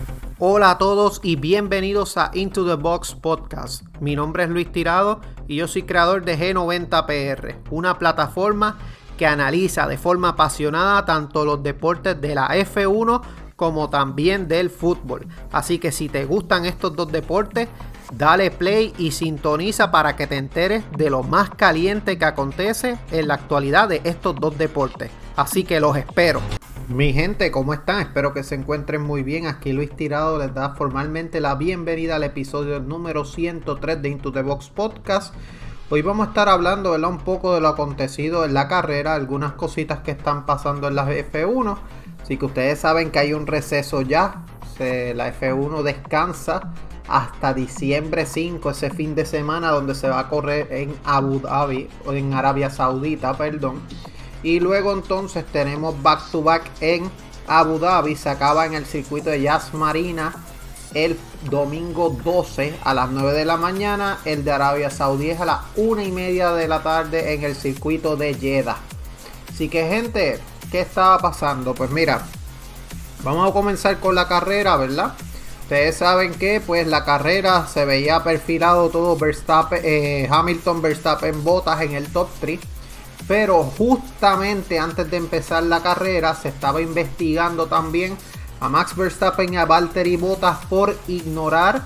Hola a todos y bienvenidos a Into the Box Podcast. Mi nombre es Luis Tirado y yo soy creador de G90PR, una plataforma que analiza de forma apasionada tanto los deportes de la F1 como también del fútbol. Así que si te gustan estos dos deportes, dale play y sintoniza para que te enteres de lo más caliente que acontece en la actualidad de estos dos deportes. Así que los espero. Mi gente, ¿cómo están? Espero que se encuentren muy bien. Aquí Luis Tirado les da formalmente la bienvenida al episodio número 103 de Into the Box Podcast. Hoy vamos a estar hablando, ¿verdad?, un poco de lo acontecido en la carrera, algunas cositas que están pasando en la F1. Así que ustedes saben que hay un receso ya. La F1 descansa hasta diciembre 5, ese fin de semana donde se va a correr en Abu Dhabi, o en Arabia Saudita, perdón. Y luego entonces tenemos back to back en Abu Dhabi. Se acaba en el circuito de Yas Marina el domingo 12 a las 9 de la mañana. El de Arabia Saudí es a las 1:30 de la tarde en el circuito de Jeddah. Así que, gente, ¿qué estaba pasando? Pues mira, vamos a comenzar con la carrera, ¿verdad? Ustedes saben que pues la carrera se veía perfilado todo Hamilton, Verstappen, Bottas en el top 3. Pero justamente antes de empezar la carrera se estaba investigando también a Max Verstappen y a Valtteri Bottas por ignorar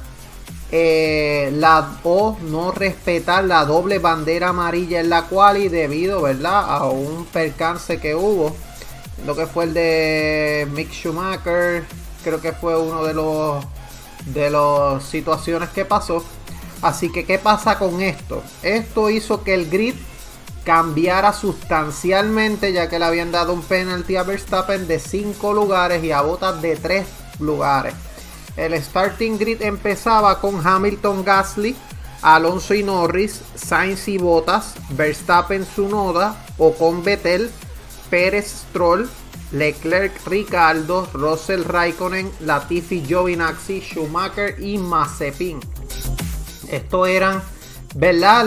o no respetar la doble bandera amarilla en la quali debido, ¿verdad?, a un percance que hubo. Lo que fue el de Mick Schumacher, creo que fue uno de las situaciones que pasó. Así que, ¿qué pasa con esto? Esto hizo que el grid cambiara sustancialmente, ya que le habían dado un penalty a Verstappen de 5 lugares y a Bottas de 3 lugares. El starting grid empezaba con Hamilton, Gasly, Alonso y Norris, Sainz y Bottas, Verstappen, Tsunoda, Ocon, Vettel, Pérez, Stroll, Leclerc, Ricciardo, Russell, Raikkonen, Latifi, Giovinazzi, Schumacher y Mazepin. Estos eran, ¿verdad?,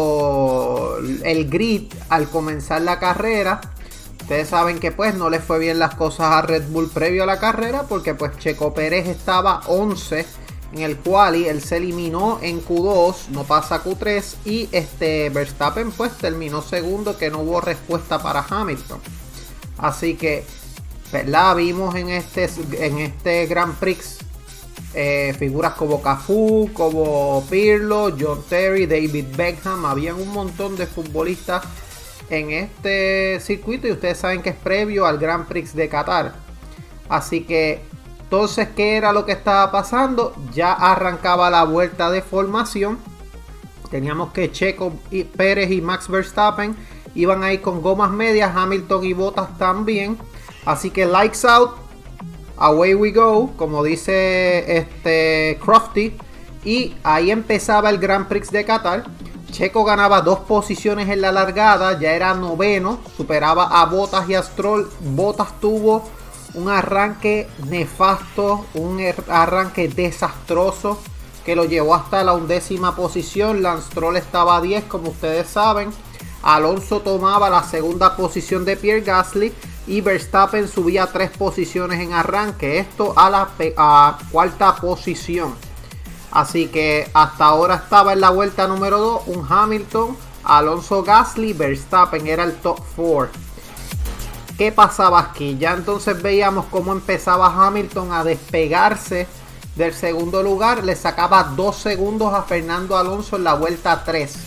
el grid al comenzar la carrera. Ustedes saben que pues no les fue bien las cosas a Red Bull previo a la carrera, porque pues Checo Pérez estaba 11 en el quali, él se eliminó en Q2, no pasa a Q3, y Verstappen pues terminó segundo, que no hubo respuesta para Hamilton. Así que, ¿verdad?, vimos en este Grand Prix figuras como Cafú, como Pirlo, John Terry, David Beckham. Habían un montón de futbolistas en este circuito y ustedes saben que es previo al Grand Prix de Qatar. Así que entonces, ¿qué era lo que estaba pasando? Ya arrancaba la vuelta de formación. Teníamos que Checo Pérez y Max Verstappen iban a ir con gomas medias, Hamilton y Bottas también. Así que lights out, away we go, como dice Crofty. Y ahí empezaba el Grand Prix de Qatar. Checo ganaba 2 posiciones en la largada, ya era noveno, superaba a Bottas y a Stroll. Bottas tuvo un arranque nefasto, un arranque desastroso que lo llevó hasta la 11ª posición. Lance Stroll estaba a 10, como ustedes saben. Alonso tomaba la 2ª posición de Pierre Gasly y Verstappen subía 3 posiciones en arranque, esto a la 4ª posición. Así que hasta ahora estaba en la vuelta número 2 un Hamilton, Alonso, Gasly, Verstappen era el top 4. ¿Qué pasaba aquí? Ya entonces veíamos cómo empezaba Hamilton a despegarse del segundo lugar, le sacaba 2 segundos a Fernando Alonso en la vuelta 3.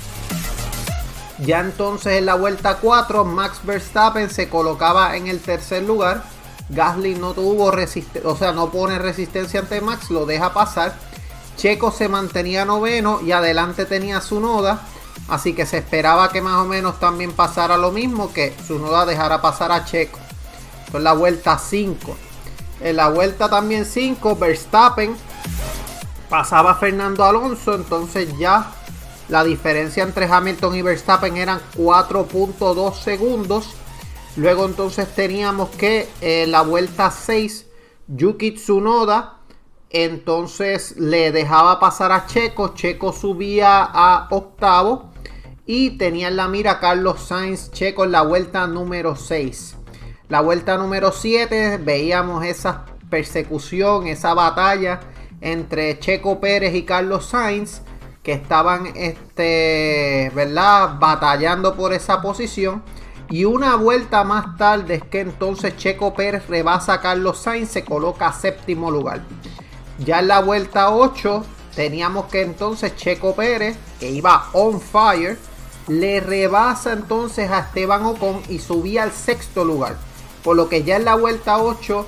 Ya entonces en la vuelta 4 Max Verstappen se colocaba en el tercer lugar. Gasly no tuvo resistencia, o sea, no pone resistencia ante Max, lo deja pasar. Checo se mantenía noveno y adelante tenía Tsunoda. Así que se esperaba que más o menos también pasara lo mismo, que Tsunoda dejara pasar a Checo. Esto es la vuelta 5. En la vuelta también 5 Verstappen pasaba a Fernando Alonso. Entonces ya la diferencia entre Hamilton y Verstappen eran 4.2 segundos. Luego entonces teníamos que la vuelta 6 Yuki Tsunoda entonces le dejaba pasar a Checo. Checo subía a octavo y tenía en la mira a Carlos Sainz. Checo en la vuelta número 6. La vuelta número 7 veíamos esas persecución, esa batalla entre Checo Pérez y Carlos Sainz, que estaban ¿verdad?, batallando por esa posición. Y una vuelta más tarde es que entonces Checo Pérez rebasa a Carlos Sainz, se coloca a séptimo lugar. Ya en la vuelta 8 teníamos que entonces Checo Pérez, que iba on fire, le rebasa entonces a Esteban Ocon y subía al sexto lugar. Por lo que ya en la vuelta 8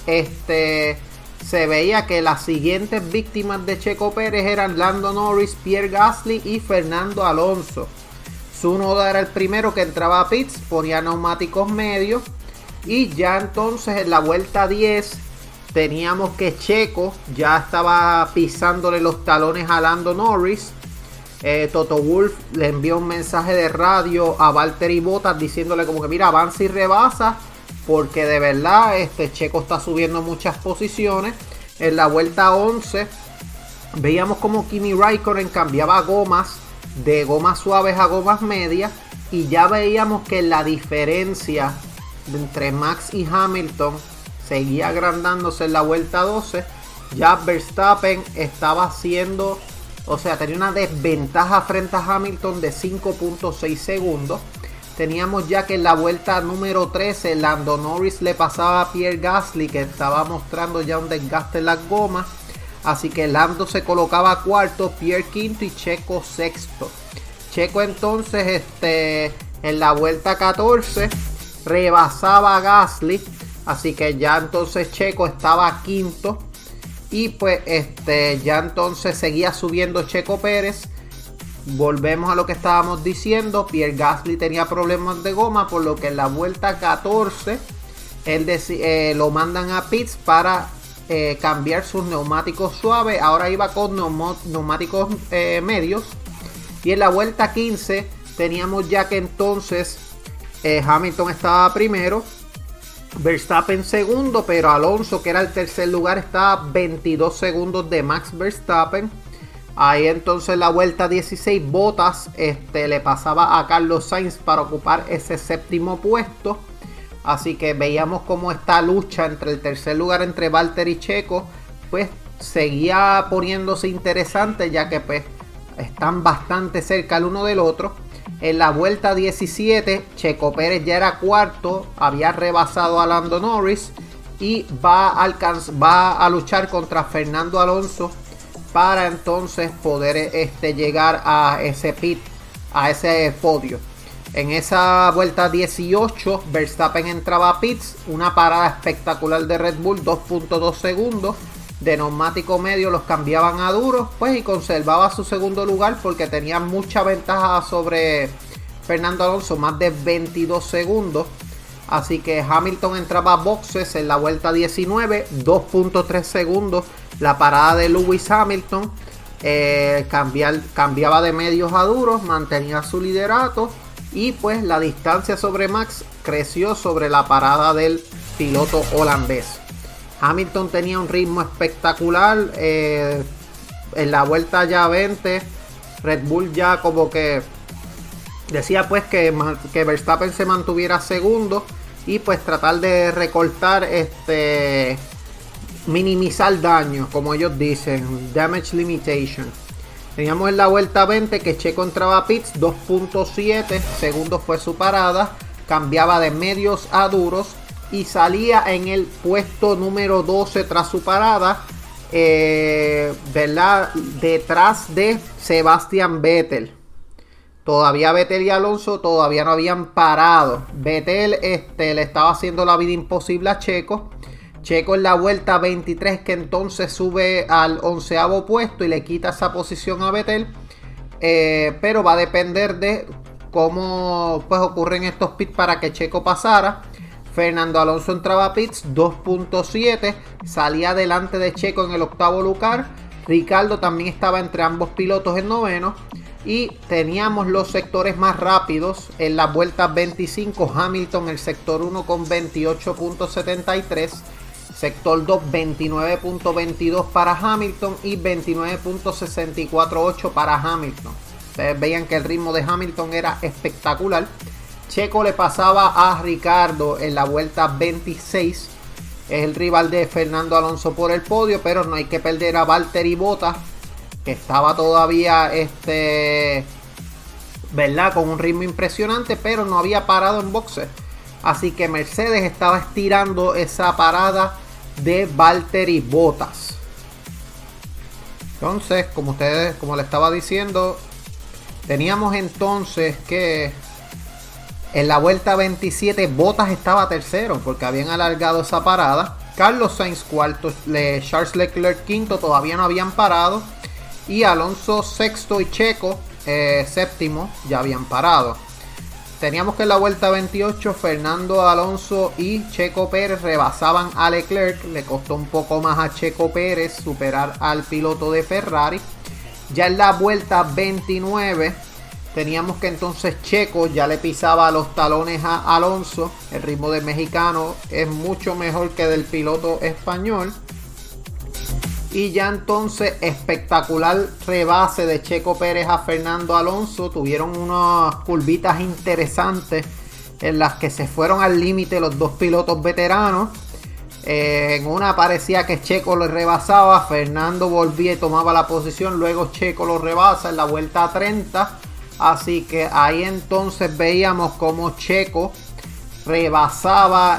se veía que las siguientes víctimas de Checo Pérez eran Lando Norris, Pierre Gasly y Fernando Alonso. Tsunoda era el primero que entraba a pits, ponía neumáticos medios. Y ya entonces en la vuelta 10 teníamos que Checo ya estaba pisándole los talones a Lando Norris. Toto Wolff le envió un mensaje de radio a Valtteri Bottas diciéndole como que mira, avanza y rebasa, porque de verdad Checo está subiendo muchas posiciones. En la vuelta 11 veíamos como Kimi Raikkonen cambiaba gomas de gomas suaves a gomas medias, y ya veíamos que la diferencia entre Max y Hamilton seguía agrandándose en la vuelta 12. Ya Verstappen estaba haciendo, o sea, tenía una desventaja frente a Hamilton de 5.6 segundos. Teníamos ya que en la vuelta número 13 Lando Norris le pasaba a Pierre Gasly, que estaba mostrando ya un desgaste en las gomas. Así que Lando se colocaba cuarto, Pierre quinto y Checo sexto. Checo entonces en la vuelta 14 rebasaba a Gasly. Así que ya entonces Checo estaba quinto. Y pues ya entonces seguía subiendo Checo Pérez. Volvemos a lo que estábamos diciendo. Pierre Gasly tenía problemas de goma, por lo que en la vuelta 14 lo mandan a pits para cambiar sus neumáticos suaves. Ahora iba con neumáticos medios. Y en la vuelta 15 teníamos ya que entonces Hamilton estaba primero, Verstappen segundo, pero Alonso, que era el tercer lugar, estaba 22 segundos de Max Verstappen. Ahí entonces la vuelta 16 Bottas le pasaba a Carlos Sainz para ocupar ese séptimo puesto. Así que veíamos como esta lucha entre el tercer lugar entre Valtteri y Checo pues seguía poniéndose interesante, ya que pues están bastante cerca el uno del otro. En la vuelta 17 Checo Pérez ya era cuarto, había rebasado a Lando Norris y va a luchar contra Fernando Alonso para entonces poder llegar a ese a ese podio. En esa vuelta 18 Verstappen entraba a pits, una parada espectacular de Red Bull, 2.2 segundos de neumático medio los cambiaban a duros, pues, y conservaba su segundo lugar porque tenía mucha ventaja sobre Fernando Alonso, más de 22 segundos. Así que Hamilton entraba a boxes en la vuelta 19, 2.3 segundos la parada de Lewis Hamilton. Cambiaba de medios a duros, mantenía su liderato. Y pues la distancia sobre Max creció sobre la parada del piloto holandés. Hamilton tenía un ritmo espectacular. En la vuelta ya 20 Red Bull ya como que decía pues que Verstappen se mantuviera segundo y pues tratar de recortar minimizar daños, como ellos dicen, damage limitation. Teníamos en la vuelta 20 que Checo entraba a pits, 2.7 segundos fue su parada, cambiaba de medios a duros y salía en el puesto número 12 tras su parada, ¿verdad? Detrás de Sebastian Vettel. Todavía Vettel y Alonso todavía no habían parado. Vettel le estaba haciendo la vida imposible a Checo. Checo en la vuelta 23 que entonces sube al 11º puesto y le quita esa posición a Vettel. Pero va a depender de cómo pues ocurren estos pits para que Checo pasara. Fernando Alonso entraba a pits, 2.7, salía delante de Checo en el 8º lugar. Ricardo también estaba entre ambos pilotos en 9º. Y teníamos los sectores más rápidos en las vueltas 25. Hamilton el sector 1 con 28.73. Sector 2 29.22 para Hamilton y 29.648 para Hamilton. Ustedes veían que el ritmo de Hamilton era espectacular. Checo le pasaba a Ricardo en la vuelta 26. es el rival de Fernando Alonso por el podio, pero no hay que perder a Valtteri Bottas, que estaba todavía ¿verdad? Con un ritmo impresionante, pero no había parado en boxes. Así que Mercedes estaba estirando esa parada de Valtteri Bottas. Entonces, como le estaba diciendo, teníamos entonces que en la vuelta 27 Bottas estaba tercero porque habían alargado esa parada. Carlos Sainz cuarto, Charles Leclerc quinto, todavía no habían parado. Y Alonso sexto y Checo séptimo ya habían parado. Teníamos que en la vuelta 28 Fernando Alonso y Checo Pérez rebasaban a Leclerc. Le costó un poco más a Checo Pérez superar al piloto de Ferrari. Ya en la vuelta 29 teníamos que entonces Checo ya le pisaba los talones a Alonso. El ritmo del mexicano es mucho mejor que del piloto español. Y ya entonces espectacular rebase de Checo Pérez a Fernando Alonso. Tuvieron unas curvitas interesantes en las que se fueron al límite los dos pilotos veteranos. En una parecía que Checo lo rebasaba, Fernando volvía y tomaba la posición, luego Checo lo rebasa en la vuelta 30. Así que ahí entonces veíamos como Checo rebasaba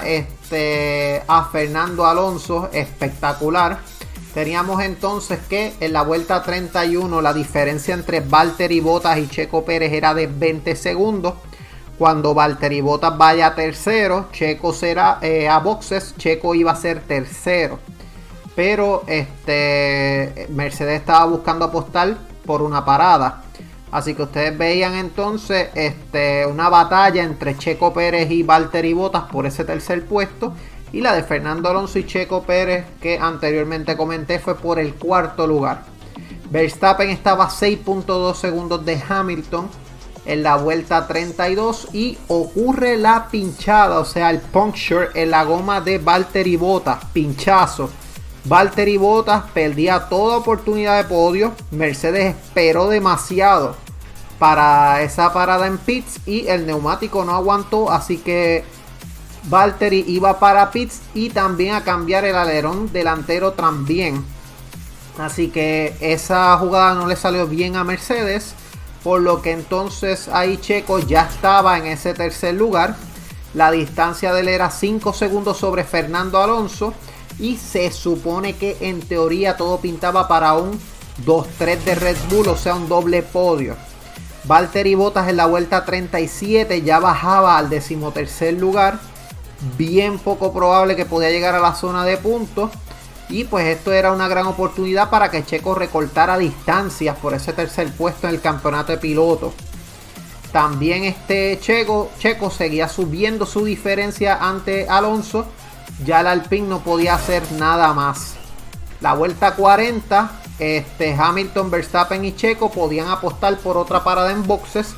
a Fernando Alonso, espectacular. Teníamos entonces que en la vuelta 31 la diferencia entre Valtteri Bottas y Checo Pérez era de 20 segundos. Cuando Valtteri Bottas vaya tercero, Checo será a boxes, Checo iba a ser tercero. Pero Mercedes estaba buscando apostar por una parada. Así que ustedes veían entonces una batalla entre Checo Pérez y Valtteri Bottas por ese tercer puesto. Y la de Fernando Alonso y Checo Pérez, que anteriormente comenté, fue por el cuarto lugar. Verstappen estaba a 6.2 segundos de Hamilton en la vuelta 32 y ocurre la pinchada, o sea el puncture en la goma de Valtteri Bottas, pinchazo. Valtteri Bottas perdía toda oportunidad de podio. Mercedes esperó demasiado para esa parada en pits y el neumático no aguantó, así que Valtteri iba para pits y también a cambiar el alerón delantero también. Así que esa jugada no le salió bien a Mercedes, por lo que entonces ahí Checo ya estaba en ese tercer lugar. La distancia de él era 5 segundos sobre Fernando Alonso y se supone que en teoría todo pintaba para un 2-3 de Red Bull, o sea un doble podio. Valtteri Bottas en la vuelta 37 ya bajaba al 13º lugar. Bien poco probable que podía llegar a la zona de puntos. Y pues esto era una gran oportunidad para que Checo recortara distancias por ese tercer puesto en el campeonato de pilotos. También Checo seguía subiendo su diferencia ante Alonso. Ya el Alpine no podía hacer nada más. La vuelta 40, Hamilton, Verstappen y Checo podían apostar por otra parada en boxes.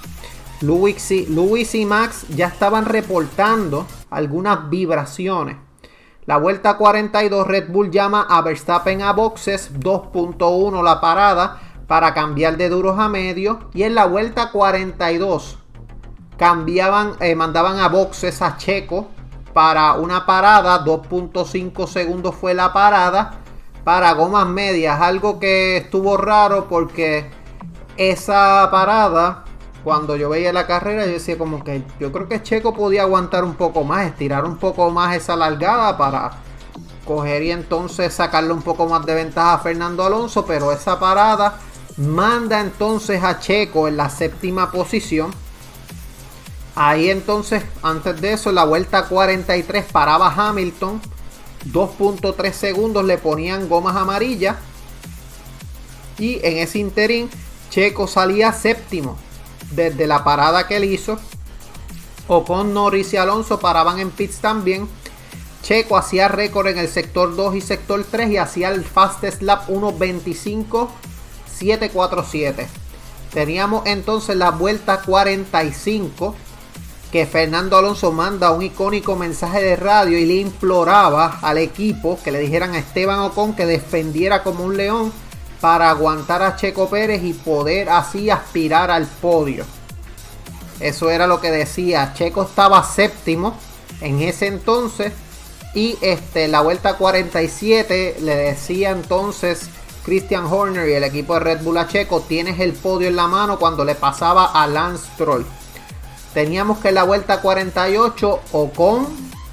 Lewis y Max ya estaban reportando algunas vibraciones. La vuelta 42, Red Bull llama a Verstappen a boxes, 2.1 la parada para cambiar de duros a medios. Y en la vuelta 42 mandaban a boxes a Checo para una parada, 2.5 segundos fue la parada para gomas medias. Algo que estuvo raro porque esa parada, cuando yo veía la carrera, yo decía como que yo creo que Checo podía aguantar un poco más, estirar un poco más esa largada para coger y entonces sacarle un poco más de ventaja a Fernando Alonso. Pero esa parada manda entonces a Checo en la 7ª posición. Ahí entonces, antes de eso, en la vuelta 43 paraba Hamilton, 2.3 segundos le ponían gomas amarillas. Y en ese interín Checo salía séptimo desde la parada que él hizo. Ocon, Norris y Alonso paraban en pits también. Checo hacía récord en el sector 2 y sector 3 y hacía el fastest lap 1.25.747. Teníamos entonces la vuelta 45 que Fernando Alonso manda un icónico mensaje de radio y le imploraba al equipo que le dijeran a Esteban Ocon que defendiera como un león para aguantar a Checo Pérez y poder así aspirar al podio. Eso era lo que decía. Checo estaba séptimo en ese entonces Y la vuelta 47 le decía entonces Christian Horner y el equipo de Red Bull a Checo: tienes el podio en la mano, cuando le pasaba a Lance Stroll. Teníamos que en la vuelta 48 Ocon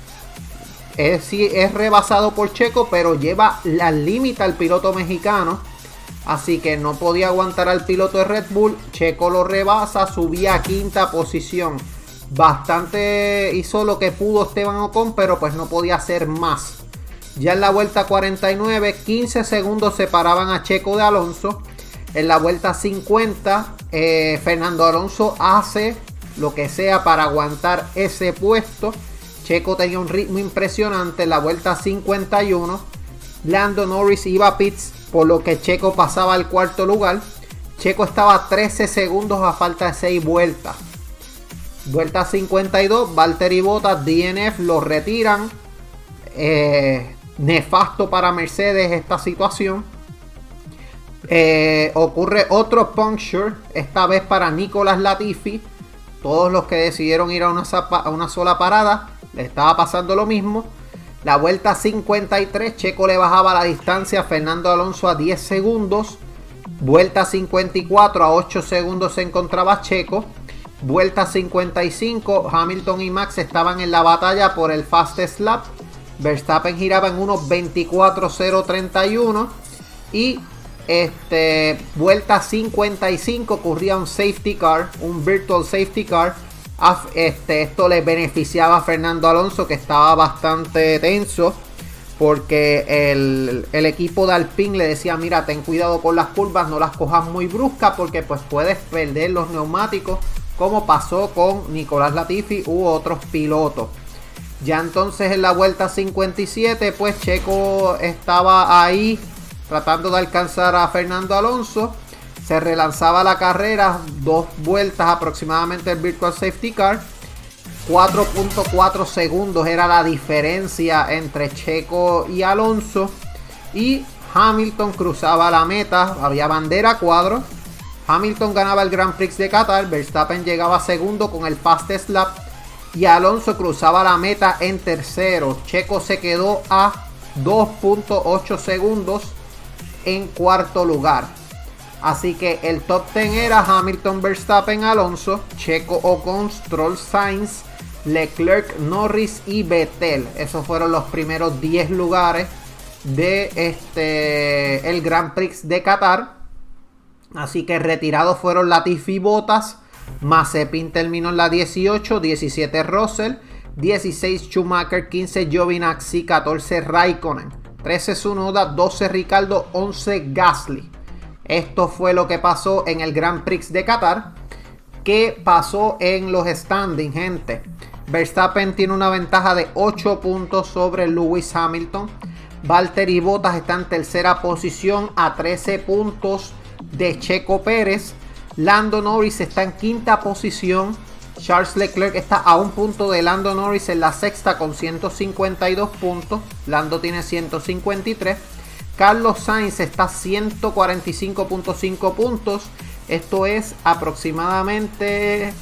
es rebasado por Checo, pero lleva al límite al piloto mexicano, así que no podía aguantar al piloto de Red Bull. Checo lo rebasa, subía a quinta posición. Bastante hizo lo que pudo Esteban Ocon, pero pues no podía hacer más. Ya en la vuelta 49, 15 segundos separaban a Checo de Alonso. En la vuelta 50, Fernando Alonso hace lo que sea para aguantar ese puesto. Checo tenía un ritmo impresionante. En la vuelta 51, Lando Norris iba a pits, por lo que Checo pasaba al cuarto lugar. Checo estaba a 13 segundos a falta de 6 vueltas. Vuelta 52, Valtteri Bottas, DNF, lo retiran. Nefasto para Mercedes esta situación. Ocurre otro puncture, esta vez para Nicolas Latifi. Todos los que decidieron ir a una sola parada, le estaba pasando lo mismo. La vuelta 53, Checo le bajaba la distancia a Fernando Alonso a 10 segundos. Vuelta 54, a 8 segundos se encontraba Checo. Vuelta 55, Hamilton y Max estaban en la batalla por el fastest lap. Verstappen giraba en unos 24.031 y vuelta 55 ocurría un safety car, un virtual safety car. Esto le beneficiaba a Fernando Alonso, que estaba bastante tenso, porque el equipo de Alpine le decía: mira, ten cuidado con las curvas, no las cojas muy bruscas, porque pues puedes perder los neumáticos, como pasó con Nicolas Latifi u otros pilotos. Ya entonces en la vuelta 57, pues Checo estaba ahí tratando de alcanzar a Fernando Alonso. Se relanzaba la carrera, 2 vueltas aproximadamente el virtual safety car. 4.4 segundos era la diferencia entre Checo y Alonso. Y Hamilton cruzaba la meta, había bandera a cuadro. Hamilton ganaba el Grand Prix de Qatar, Verstappen llegaba segundo con el fastest lap y Alonso cruzaba la meta en tercero. Checo se quedó a 2.8 segundos en cuarto lugar. Así que el top 10 era Hamilton, Verstappen, Alonso, Checo, Ocon, Stroll, Sainz, Leclerc, Norris y Vettel. Esos fueron los primeros 10 lugares de el Grand Prix de Qatar. Así que retirados fueron Latifi y Bottas. Mazepin terminó en la 18, 17 Russell, 16 Schumacher, 15 Giovinazzi, 14 Raikkonen, 13 Tsunoda, 12 Ricciardo, 11 Gasly. Esto fue lo que pasó en el Grand Prix de Qatar. ¿Qué pasó en los standings, gente? Verstappen tiene una ventaja de 8 puntos sobre Lewis Hamilton. Valtteri Bottas está en tercera posición a 13 puntos de Checo Pérez. Lando Norris está en quinta posición. Charles Leclerc está a un punto de Lando Norris en la sexta con 152 puntos. Lando tiene 153. Carlos Sainz está a 145.5 puntos. Esto es aproximadamente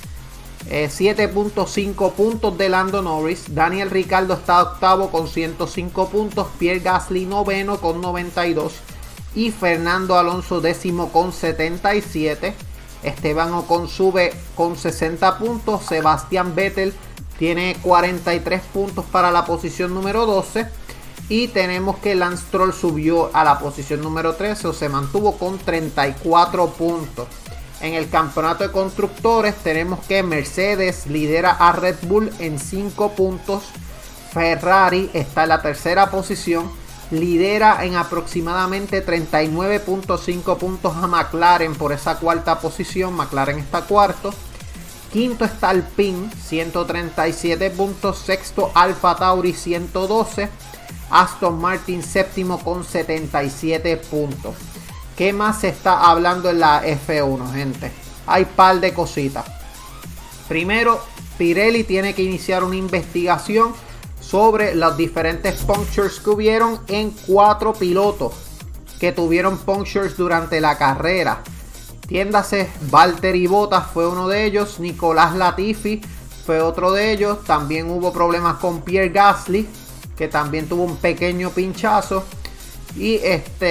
7.5 puntos de Lando Norris. Daniel Ricciardo está octavo con 105 puntos. Pierre Gasly noveno con 92. Y Fernando Alonso décimo con 77. Esteban Ocon sube con 60 puntos. Sebastián Vettel tiene 43 puntos para la posición número 12. Y tenemos que Lance Stroll subió a la posición número 13 o se mantuvo con 34 puntos. En el campeonato de constructores tenemos que Mercedes lidera a Red Bull en 5 puntos. Ferrari está en la tercera posición. Lidera en aproximadamente 39.5 puntos a McLaren por esa cuarta posición. McLaren está cuarto. Quinto está Alpine, 137 puntos. Sexto Alfa Tauri, 112. Aston Martin séptimo con 77 puntos. ¿Qué más se está hablando en la F1, gente? Hay par de cositas. Primero, Pirelli tiene que iniciar una investigación sobre los diferentes punctures que hubieron en 4 pilotos que tuvieron punctures durante la carrera. Entiéndase, Valtteri Bottas fue uno de ellos, Nicolas Latifi fue otro de ellos. También hubo problemas con Pierre Gasly, que también tuvo un pequeño pinchazo. Y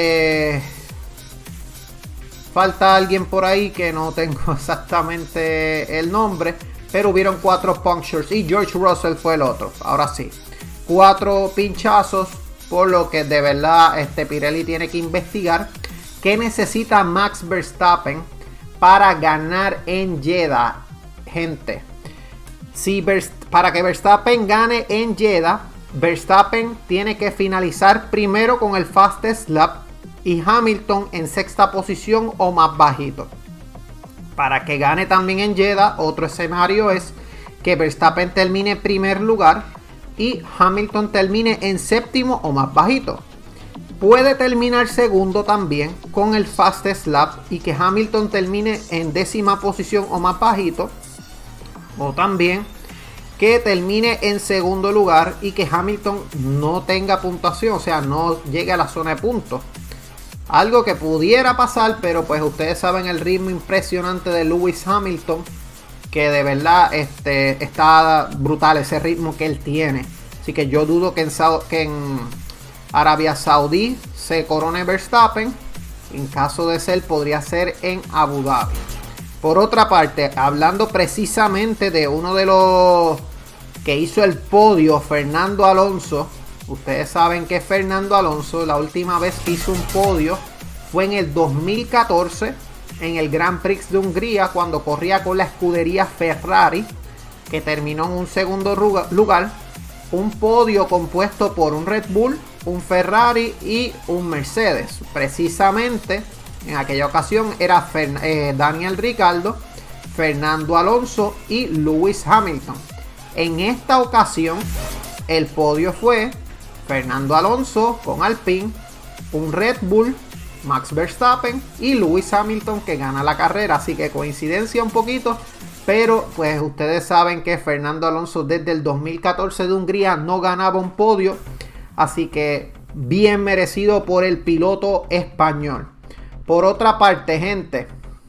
falta alguien por ahí que no tengo exactamente el nombre, pero hubieron 4 punctures y George Russell fue el otro. Ahora sí, 4 pinchazos, por lo que de verdad Pirelli tiene que investigar qué necesita Max Verstappen para ganar en Jeddah, gente. Para que Verstappen gane en Jeddah, Verstappen tiene que finalizar primero con el fastest lap y Hamilton en sexta posición o más bajito. Para que gane también en Jeddah, otro escenario es que Verstappen termine en primer lugar y Hamilton termine en séptimo o más bajito. Puede terminar segundo también con el fastest lap y que Hamilton termine en décima posición o más bajito. O también que termine en segundo lugar y que Hamilton no tenga puntuación, o sea, no llegue a la zona de puntos. Algo que pudiera pasar, pero pues ustedes saben el ritmo impresionante de Lewis Hamilton, que de verdad está brutal ese ritmo que él tiene. Así que yo dudo que en Arabia Saudí se corone Verstappen. En caso de ser, podría ser en Abu Dhabi. Por otra parte, hablando precisamente de uno de los que hizo el podio, Fernando Alonso. Ustedes saben que Fernando Alonso, la última vez que hizo un podio fue en el 2014 en el Grand Prix de Hungría, cuando corría con la escudería Ferrari, que terminó en un segundo lugar. Un podio compuesto por un Red Bull, un Ferrari y un Mercedes. Precisamente en aquella ocasión era Daniel Ricciardo, Fernando Alonso y Lewis Hamilton. En esta ocasión el podio fue Fernando Alonso con Alpine, un Red Bull, Max Verstappen y Lewis Hamilton, que gana la carrera. Así que coincidencia un poquito, pero pues ustedes saben que Fernando Alonso desde el 2014 de Hungría no ganaba un podio, así que bien merecido por el piloto español. Por otra parte, gente,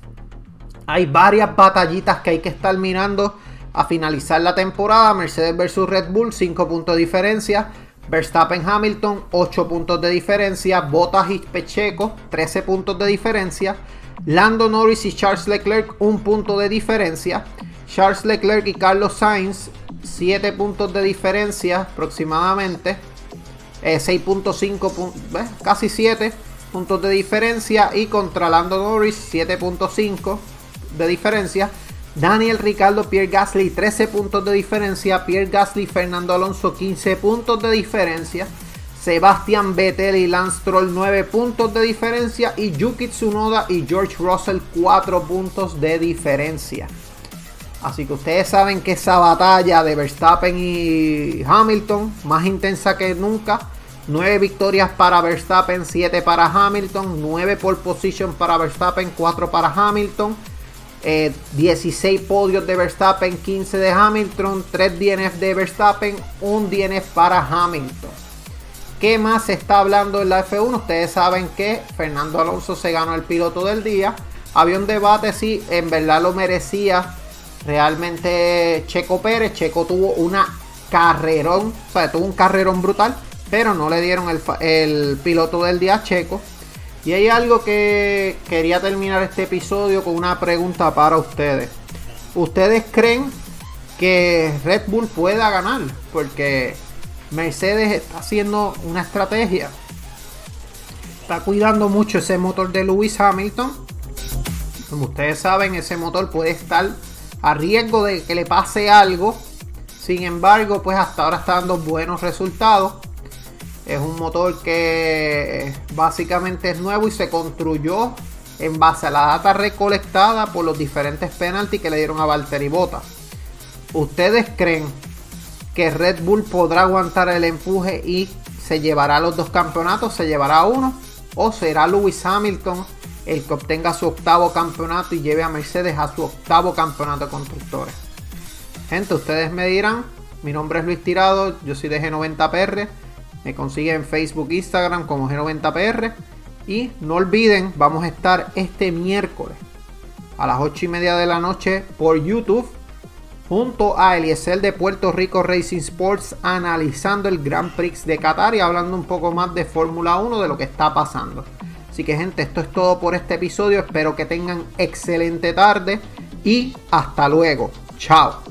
hay varias batallitas que hay que estar mirando a finalizar la temporada. Mercedes versus Red Bull, 5 puntos de diferencia. Verstappen Hamilton, 8 puntos de diferencia. Bottas y Checo, 13 puntos de diferencia. Lando Norris y Charles Leclerc, 1 punto de diferencia. Charles Leclerc y Carlos Sainz, 7 puntos de diferencia aproximadamente. 6.5, casi 7 puntos de diferencia. Y contra Lando Norris, 7.5 de diferencia. Daniel Ricciardo, Pierre Gasly, 13 puntos de diferencia. Pierre Gasly, Fernando Alonso, 15 puntos de diferencia. Sebastian Vettel y Lance Stroll, 9 puntos de diferencia. Y Yuki Tsunoda y George Russell, 4 puntos de diferencia. Así que ustedes saben que esa batalla de Verstappen y Hamilton, más intensa que nunca. 9 victorias para Verstappen, 7 para Hamilton. 9 pole position para Verstappen, 4 para Hamilton. 16 podios de Verstappen, 15 de Hamilton, 3 DNF de Verstappen, 1 DNF para Hamilton. ¿Qué más se está hablando en la F1? Ustedes saben que Fernando Alonso se ganó el piloto del día. Había un debate si en verdad lo merecía realmente Checo Pérez. Checo tuvo una carrerón, o sea, tuvo un carrerón brutal, pero no le dieron el piloto del día a Checo. Y hay algo que quería terminar este episodio con una pregunta para ustedes. ¿Ustedes creen que Red Bull pueda ganar? Porque Mercedes está haciendo una estrategia. Está cuidando mucho ese motor de Lewis Hamilton. Como ustedes saben, ese motor puede estar a riesgo de que le pase algo. Sin embargo, pues hasta ahora está dando buenos resultados. Es un motor que básicamente es nuevo y se construyó en base a la data recolectada por los diferentes penaltis que le dieron a Valtteri Bottas. ¿Ustedes creen que Red Bull podrá aguantar el empuje y se llevará los 2 campeonatos? ¿Se llevará uno? ¿O será Lewis Hamilton el que obtenga su 8º campeonato y lleve a Mercedes a su 8º campeonato de constructores? Gente, ustedes me dirán. Mi nombre es Luis Tirado, yo soy de G90PR. Me consiguen en Facebook, Instagram como G90PR. Y no olviden, vamos a estar este miércoles a las 8:30 de la noche por YouTube junto a Eliezer de Puerto Rico Racing Sports, analizando el Grand Prix de Qatar y hablando un poco más de Fórmula 1, de lo que está pasando. Así que gente, esto es todo por este episodio. Espero que tengan excelente tarde y hasta luego. Chao.